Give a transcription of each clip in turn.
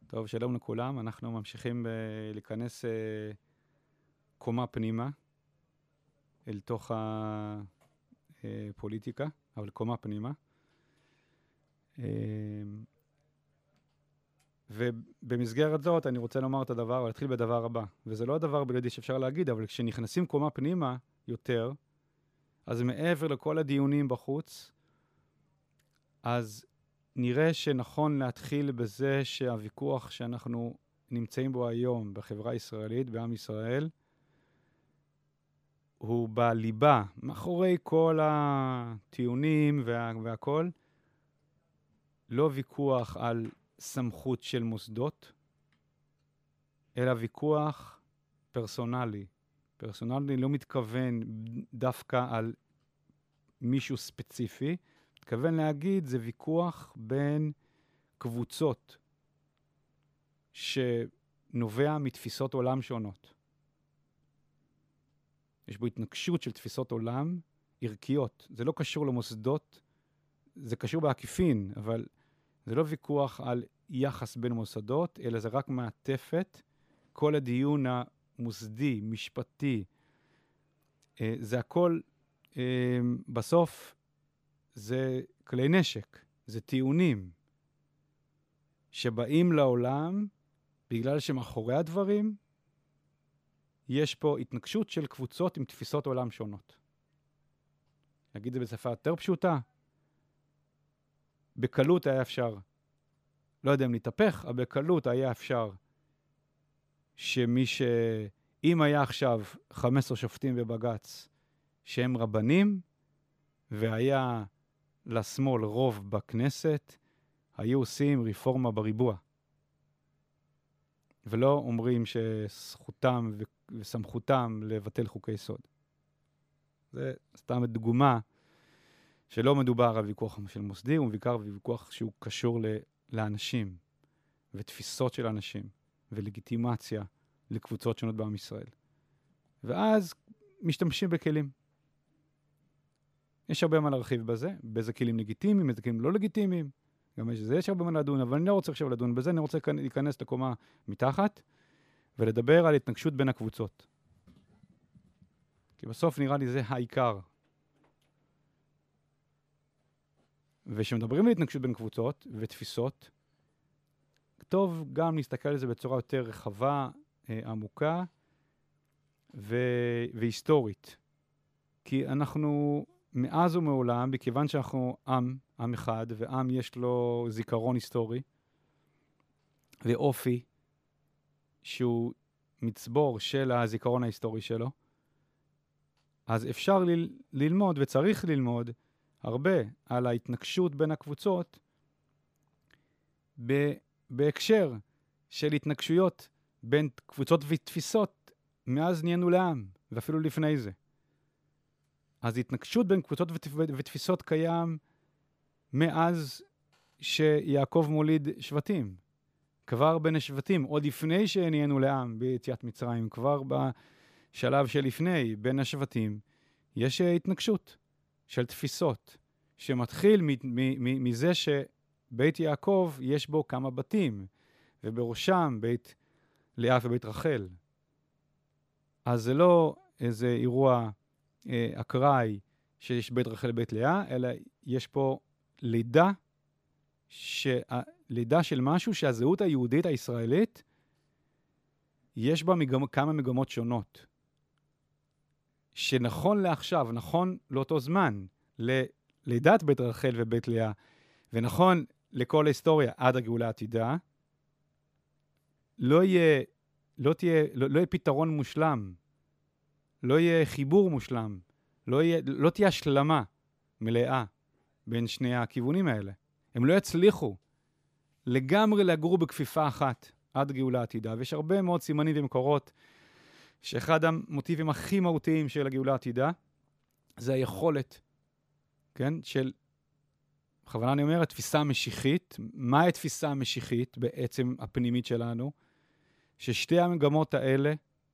טוב, שלום לכולם. אנחנו ממשיכים להיכנס קומה פנימה אל תוך הפוליטיקה, אבל קומה פנימה. ובמסגרת זאת אני רוצה לומר את הדבר, ולהתחיל בדבר הבא. וזה לא הדבר בלעדי שאפשר להגיד, אבל כשנכנסים קומה פנימה יותר, אז מעבר לכל הדיונים בחוץ, אז נראה שנכון להתחיל בזה שהוויכוח שאנחנו נמצאים בו היום בחברה הישראלית, בעם ישראל, הוא בליבה, מאחורי כל הטיעונים והכל, לא ויכוח על סמכות של מוסדות, אלא ויכוח פרסונלי. פרסונלי לא מתכוון דווקא על מישהו ספציפי, מתכוון להגיד זה ויכוח בין קבוצות שנובע מתפיסות עולם שונות. יש בו התנגשות של תפיסות עולם ערכיות. זה לא קשור למוסדות, זה קשור בעקיפין, אבל זה לא ויכוח על יחס בין מוסדות, אלא זה רק מעטפת. כל הדיון המוסדי, משפטי, זה הכל, בסוף זה כלי נשק, זה טיעונים שבאים לעולם בגלל שמאחורי הדברים יש פה התנגשות של קבוצות עם תפיסות עולם שונות. נגיד את זה בשפה יותר פשוטה, בקלות היה אפשר, לא יודע אם להתהפך, אבל בקלות היה אפשר אם היה עכשיו 15 שופטים בבג"ץ שהם רבנים, והיה לשמאל רוב בכנסת, היו עושים רפורמה בריבוע. ולא אומרים שזכותם וסמכותם לבטל חוקי יסוד. זה סתם דוגמה שלא מדובר על ויכוח של מוסדי, הוא בעיקר ויכוח שהוא קשור לאנשים, ותפיסות של אנשים, ולגיטימציה לקבוצות שונות בעם ישראל. ואז משתמשים בכלים. יש הרבה מה להרחיב בזה, באיזה כלים לגיטימיים, איזה כלים לא לגיטימיים, גם יש הרבה מה לדון, אבל אני לא רוצה עכשיו לדון בזה, אני רוצה להיכנס לקומה מתחת, ולדבר על התנגשות בין הקבוצות. כי בסוף נראה לי זה העיקר. ושמדברים על התנגשות בין קבוצות ותפיסות, טוב גם להסתכל על זה בצורה יותר רחבה, עמוקה והיסטורית. כי אנחנו מאז ומעולם, בכיוון שאנחנו עם אחד, ועם יש לו זיכרון היסטורי, ואופי שהוא מצבור של הזיכרון ההיסטורי שלו, אז אפשר ללמוד וצריך ללמוד הרבה על ההתנגשות בין הקבוצות בהקשר של התנגשויות בין קבוצות ותפיסות מאז נהיינו לעם, ואפילו לפני זה. אז התנגשות בין קבוצות ותפיסות קיים מאז שיעקב מוליד שבטים. כבר בין השבטים, עוד לפני שנהיינו לעם ביציאת מצרים, כבר בשלב שלפני, בין השבטים, יש התנגשות של תפיסות, שמתחיל מזה שבית יעקב יש בו כמה בתים, ובראשם בית לאה ובית רחל. אז זה לא איזה אירוע אקראי שיש בית רחל ובית לאה, אלא יש פה לידה של משהו שהזהות היהודית הישראלית יש בה כמה מגמות שונות. שנכון לעכשיו, נכון לאותו זמן, ללידת בית רחל ובית לאה, ונכון לכל ההיסטוריה עד הגאולה העתידה, לא יהיה פתרון מושלם, לא יהיה חיבור מושלם, לא תהיה השלמה מלאה בין שני הכיוונים האלה. הם לא יצליחו לגמרי לגור בכפיפה אחת עד גאולה עתידה, ויש הרבה מאוד סימנים ומקורות שאחד המוטיבים הכי מהותיים של הגאולה עתידה זה היכולת, כן, של, בכוונה אני אומר, התפיסה המשיחית. מהי התפיסה המשיחית בעצם הפנימית שלנו? ששתי המגמות האלה,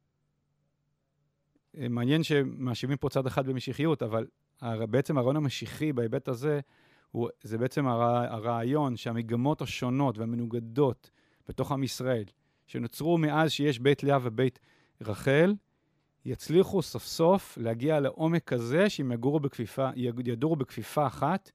מעניין שמאשימים פה צד אחד במשיחיות, אבל בעצם הרעיון המשיחי בהיבט הזה, זה בעצם הרעיון שהמגמות השונות והמנוגדות בתוך עם ישראל, שנוצרו מאז שיש בית לאה ובית רחל, יצליחו סוף סוף להגיע לעומק כזה שהם ידורו בכפיפה אחת,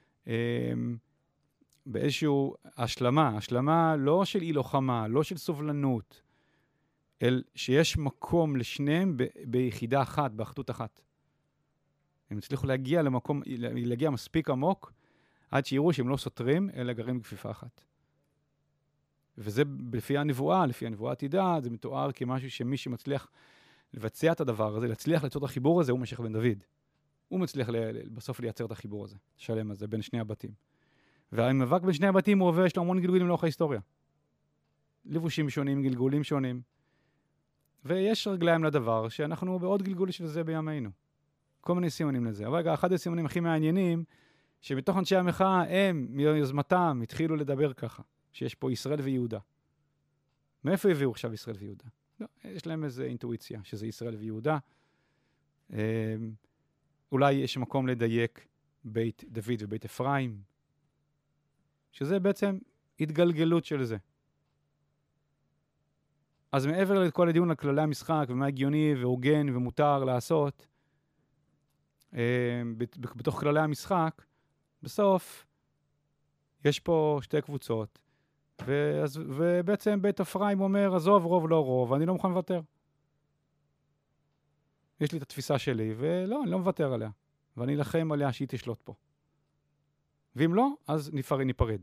באיזשהו השלמה לא של אי לוחמה, לא של סובלנות, אלא שיש מקום לשניהם ביחידה אחת, באחדות אחת. הם הצליחו להגיע מספיק עמוק, עד שיראו שהם לא סותרים, אלא גרים בכפיפה אחת. וזה לפי הנבואה העתידה, זה מתואר כמשהו שמי שמצליח לבצע את הדבר הזה, להצליח ליצור את החיבור הזה, הוא משיח בן דוד. הוא מצליח בסוף לייצר את החיבור הזה, שלם הזה, בין שני הבתים. והמאבק בין שני הבתים הוא עובר, יש לו המון גלגולים לאורך ההיסטוריה. לבושים שונים, גלגולים שונים. ויש רגליים לדבר, שאנחנו בעוד גלגול של זה בימינו. כל מיני סימנים לזה. אבל אחד הסימנים הכי מעניינים, שבתוך אנשי המחאה, הם, מיוזמתם, התחילו לדבר ככה, שיש פה ישראל ויהודה. מאיפה הביאו עכשיו ישראל ויהודה? לא, יש להם איזו אינטואיציה, שזה ישראל ויהודה. אולי יש מקום לדייק בית דוד ובית אפרים, שזה בעצם התגלגלות של זה. אז מעבר לכל הדיון על כללי המשחק, ומה הגיוני והוגן ומותר לעשות, בתוך כללי המשחק, בסוף יש פה שתי קבוצות, ובעצם בית אפרים אומר, עזוב רוב לא רוב, אני לא מוכן לוותר. יש לי את התפיסה שלי, ולא, אני לא מוותר עליה. ואני אלחם עליה שהיא תשלוט פה. ואם לא, אז ניפרד.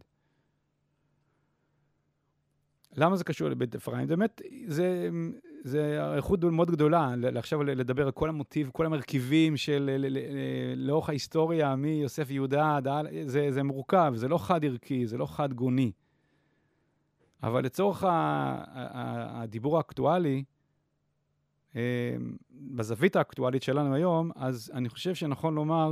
למה זה קשור לבית אפרים? באמת, זה איכות מאוד גדולה, עכשיו לדבר על כל המוטיב, כל המרכיבים של לאורך ההיסטוריה, מיוסף יהודה, זה מורכב, זה לא חד ערכי, זה לא חד גוני. אבל לצורך הדיבור האקטואלי, בזווית האקטואלית שלנו היום, אז אני חושב שנכון לומר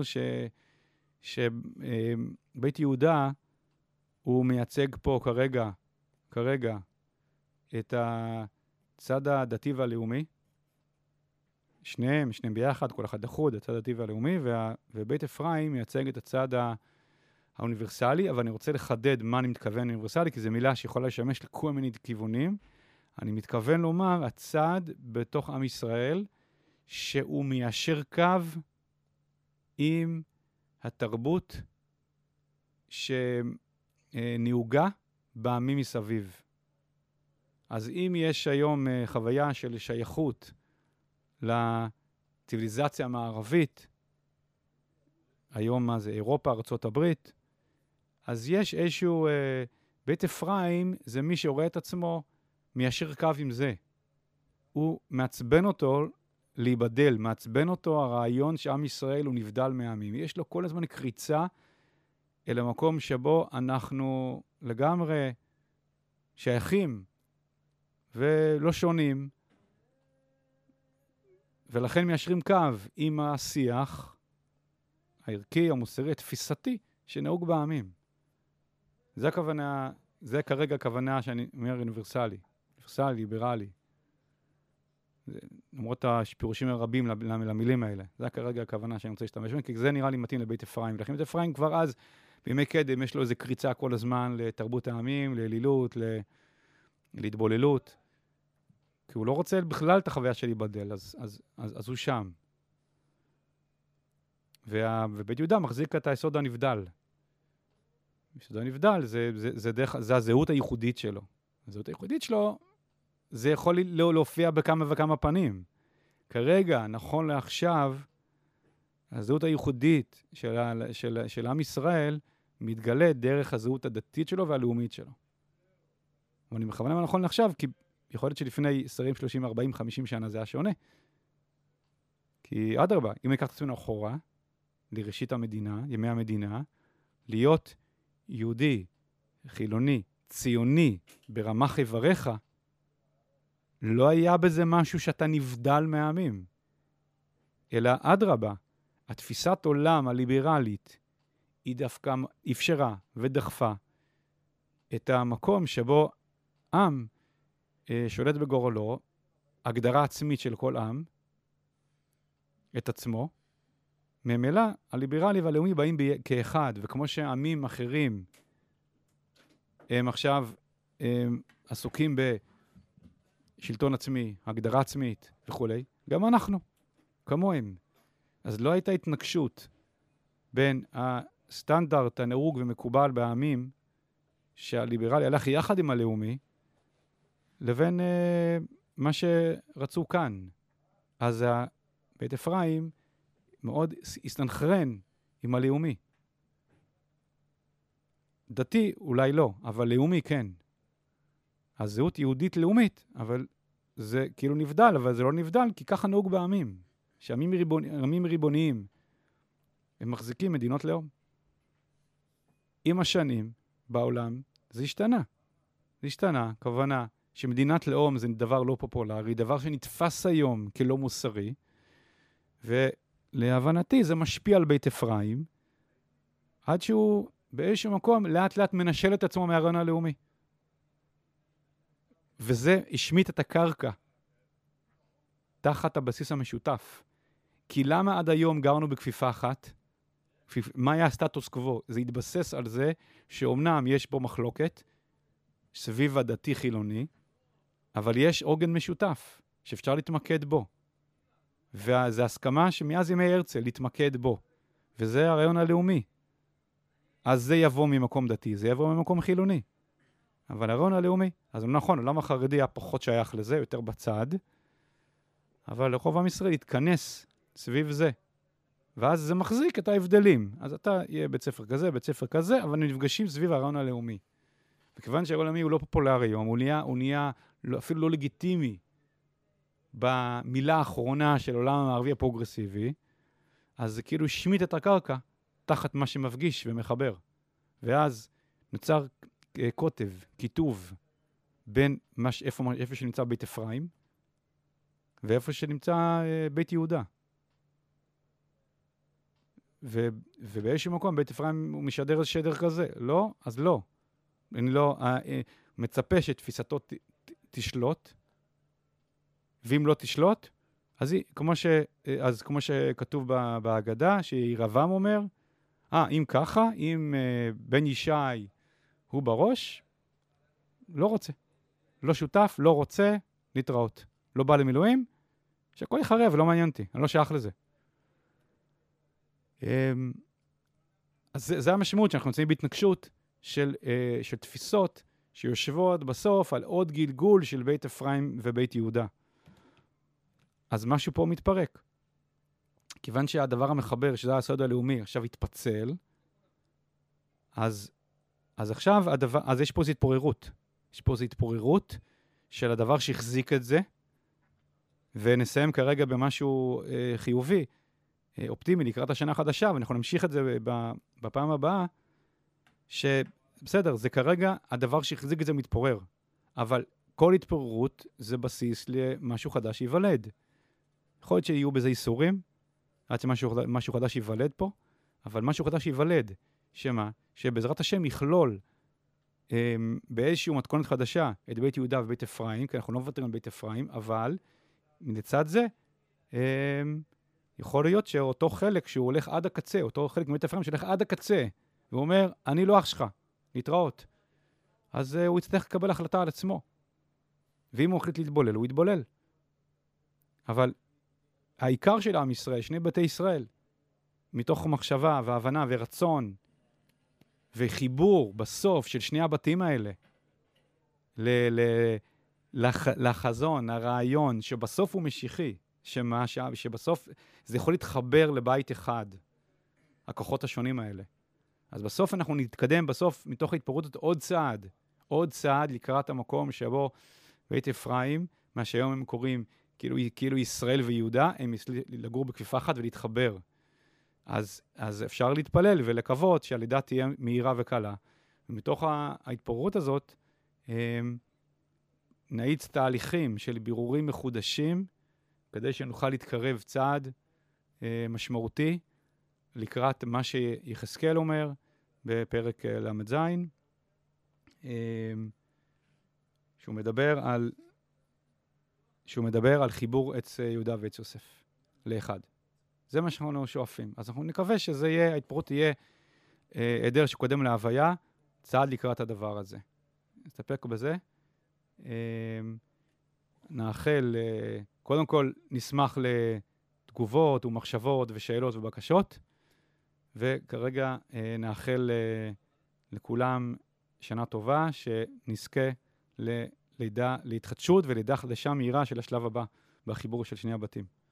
שבית יהודה הוא מייצג פה כרגע את הצד הדתי והלאומי, שניהם ביחד, כל אחד אחוד, הצד הדתי והלאומי, ובית אפרים מייצג את הצד האוניברסלי, אבל אני רוצה לחדד מה אני מתכוון אוניברסלי, כי זו מילה שיכולה לשמש לכל מיני כיוונים. אני מתכוון לומר, הצד בתוך עם ישראל, שהוא מיישר קו עם התרבות שנהוגה בעמים מסביב. אז אם יש היום חוויה של שייכות לציוויליזציה המערבית, היום מה זה אירופה, ארצות הברית, אז יש איזשהו, בית אפרים זה מי שרואה את עצמו מיישר קו עם זה. הוא מעצבן אותו להיבדל, מעצבן אותו הרעיון שעם ישראל הוא נבדל מהעמים. יש לו כל הזמן קריצה אל המקום שבו אנחנו לגמרי שייכים ולא שונים, ולכן מיישרים קו עם השיח הערכי, המוסרי, התפיסתי, שנהוג בעמים. זה הכוונה, זה כרגע הכוונה שאני אומר אוניברסלי, ליברלי. למרות הפירושים הרבים למילים האלה. זה כרגע הכוונה שאני רוצה להשתמש בהם, כי זה נראה לי מתאים לבית אפרים. ולכן בית אפרים כבר אז, בימי קדם, יש לו איזו קריצה כל הזמן לתרבות העמים, לאלילות, להתבוללות. כי הוא לא רוצה בכלל את החוויה של להיבדל, אז הוא שם. ובית יהודה מחזיק את היסוד הנבדל. היסוד הנבדל זה הזהות הייחודית שלו. הזהות הייחודית שלו, זה יכול להופיע בכמה וכמה פנים. כרגע, נכון לעכשיו, הזהות הייחודית של עם ישראל מתגלית דרך הזהות הדתית שלו והלאומית שלו. ואני מכוונה מה נכון לעכשיו, כי יכול להיות שלפני 20, 30, 40, 50 שנה זה היה שונה. כי אדרבה, אם ניקח את עצמנו אחורה, לראשית המדינה, ימי המדינה, להיות יהודי, חילוני, ציוני, ברמה חבריך, לא היה בזה משהו שאתה נבדל מהעמים. אלא אדרבה, התפיסת עולם הליברלית, היא דווקא אפשרה ודחפה את המקום שבו עם שולט בגורלו, הגדרה עצמית של כל עם, את עצמו, ממילא הליברלי והלאומי באים כאחד, וכמו שעמים אחרים הם עכשיו עסוקים בשלטון עצמי, הגדרה עצמית וכו', גם אנחנו, כמוהם. אז לא הייתה התנגשות בין הסטנדרט הנהוג ומקובל בעמים, שהליברלי הלך יחד עם הלאומי, לבין מה שרצו כאן. אז בית אפרים מאוד הסתנכרן עם הלאומי. דתי אולי לא, אבל לאומי כן. הזהות יהודית לאומית, אבל זה כאילו נבדל, אבל זה לא נבדל, כי ככה נהוג בעמים. שעמים ריבוניים, הם מחזיקים מדינות לאום. עם השנים בעולם זה השתנה. זה השתנה, כוונה שמדינת לאום זה דבר לא פופולרי, דבר שנתפס היום כלא מוסרי, ולהבנתי זה משפיע על בית אפרים, עד שהוא באיזשהו מקום לאט לאט מנשל את עצמו מהרעיון הלאומי. וזה השמיט את הקרקע תחת הבסיס המשותף. כי למה עד היום גרנו בכפיפה אחת? מה היה הסטטוס קוו? זה התבסס על זה שאומנם יש פה מחלוקת סביב הדתי חילוני, אבל יש עוגן משותף שאפשר להתמקד בו. וזו הסכמה שמאז ימי הרצל להתמקד בו. וזה הרעיון הלאומי. אז זה יבוא ממקום דתי, זה יבוא ממקום חילוני. אבל הרעיון הלאומי, אז נכון, העולם החרדי היה פחות שייך לזה, יותר בצד, אבל לרוב עם ישראל התכנס סביב זה. ואז זה מחזיק את ההבדלים. אז אתה יהיה בית ספר כזה, בית ספר כזה, אבל נפגשים סביב הרעיון הלאומי. וכיוון שהרעיון הלאומי הוא לא פופולרי היום, הוא נהיה אפילו לא לגיטימי במילה האחרונה של עולם המערבי הפרוגרסיבי, אז זה כאילו שמיט את הקרקע תחת מה שמפגיש ומחבר. ואז נוצר כותב, כיתוב, בין איפה שנמצא בית אפרים, ואיפה שנמצא בית יהודה. ובאיזשהו מקום בית אפרים הוא משדר איזה שדר כזה. לא? אז לא. אני לא מצפה שתפיסתו תשלוט, ואם לא תשלוט, אז כמו שכתוב בהגדה, שירבעם אומר, אם ככה, אם בן ישי הוא בראש, לא רוצה. לא שותף, לא רוצה, להתראות. לא בא למילואים, שהכל יחרב, לא מעניין אותי, אני לא שייך לזה. אז זה המשמעות שאנחנו נמצאים בהתנגשות של תפיסות שיושבות בסוף על עוד גלגול של בית אפרים ובית יהודה. אז משהו פה מתפרק. כיוון שהדבר המחבר, שזה הסוד הלאומי, עכשיו התפצל, אז עכשיו אז יש פה איזו התפוררות. יש פה איזו התפוררות של הדבר שהחזיק את זה, ונסיים כרגע במשהו חיובי, אופטימי, לקראת השנה החדשה, ואנחנו נמשיך את זה בפעם הבאה, שבסדר, זה כרגע הדבר שהחזיק את זה מתפורר, אבל כל התפוררות זה בסיס למשהו חדש ייוולד. יכול להיות שיהיו בזה איסורים, עד שמשהו חדש ייוולד פה, אבל משהו חדש ייוולד, שמה? שבעזרת השם יכלול באיזשהו מתכונת חדשה את בית יהודה ובית אפרים, כי אנחנו לא מוותרים על בית אפרים, אבל לצד זה, יכול להיות שאותו חלק שהוא הולך עד הקצה, אותו חלק מבית אפרים שהולך עד הקצה, והוא אומר, אני לא אח שלך, להתראות. אז הוא יצטרך לקבל החלטה על עצמו. ואם הוא החליט להתבולל, הוא יתבולל. אבל העיקר של עם ישראל, שני בתי ישראל, מתוך מחשבה והבנה ורצון וחיבור בסוף של שני הבתים האלה, לחזון, הרעיון, שבסוף הוא משיחי, שבסוף זה יכול להתחבר לבית אחד, הכוחות השונים האלה. אז בסוף אנחנו נתקדם בסוף מתוך ההתפוררות עוד צעד לקראת המקום שבו בית אפרים, מה שהיום הם קוראים כאילו ישראל ויהודה, הם לגור בכפיפה אחת ולהתחבר. אז אפשר להתפלל ולקוות שהלידה תהיה מהירה וקלה. ומתוך ההתפוררות הזאת, נעיץ תהליכים של בירורים מחודשים, כדי שנוכל להתקרב צעד משמעותי לקראת מה שיחזקאל אומר בפרק ל"ז, שהוא מדבר על חיבור עץ יהודה ועץ יוסף לאחד. זה מה שאנחנו שואפים. אז אנחנו נקווה שזה יהיה, ההתפוררות תהיה עדר שקודם להוויה, צעד לקראת הדבר הזה. נסתפק בזה. נאחל, קודם כל נשמח לתגובות ומחשבות ושאלות ובקשות, וכרגע נאחל לכולם שנה טובה, שנזכה להתחדשות ולידה חדשה מהירה של השלב הבא בחיבור של שני הבתים.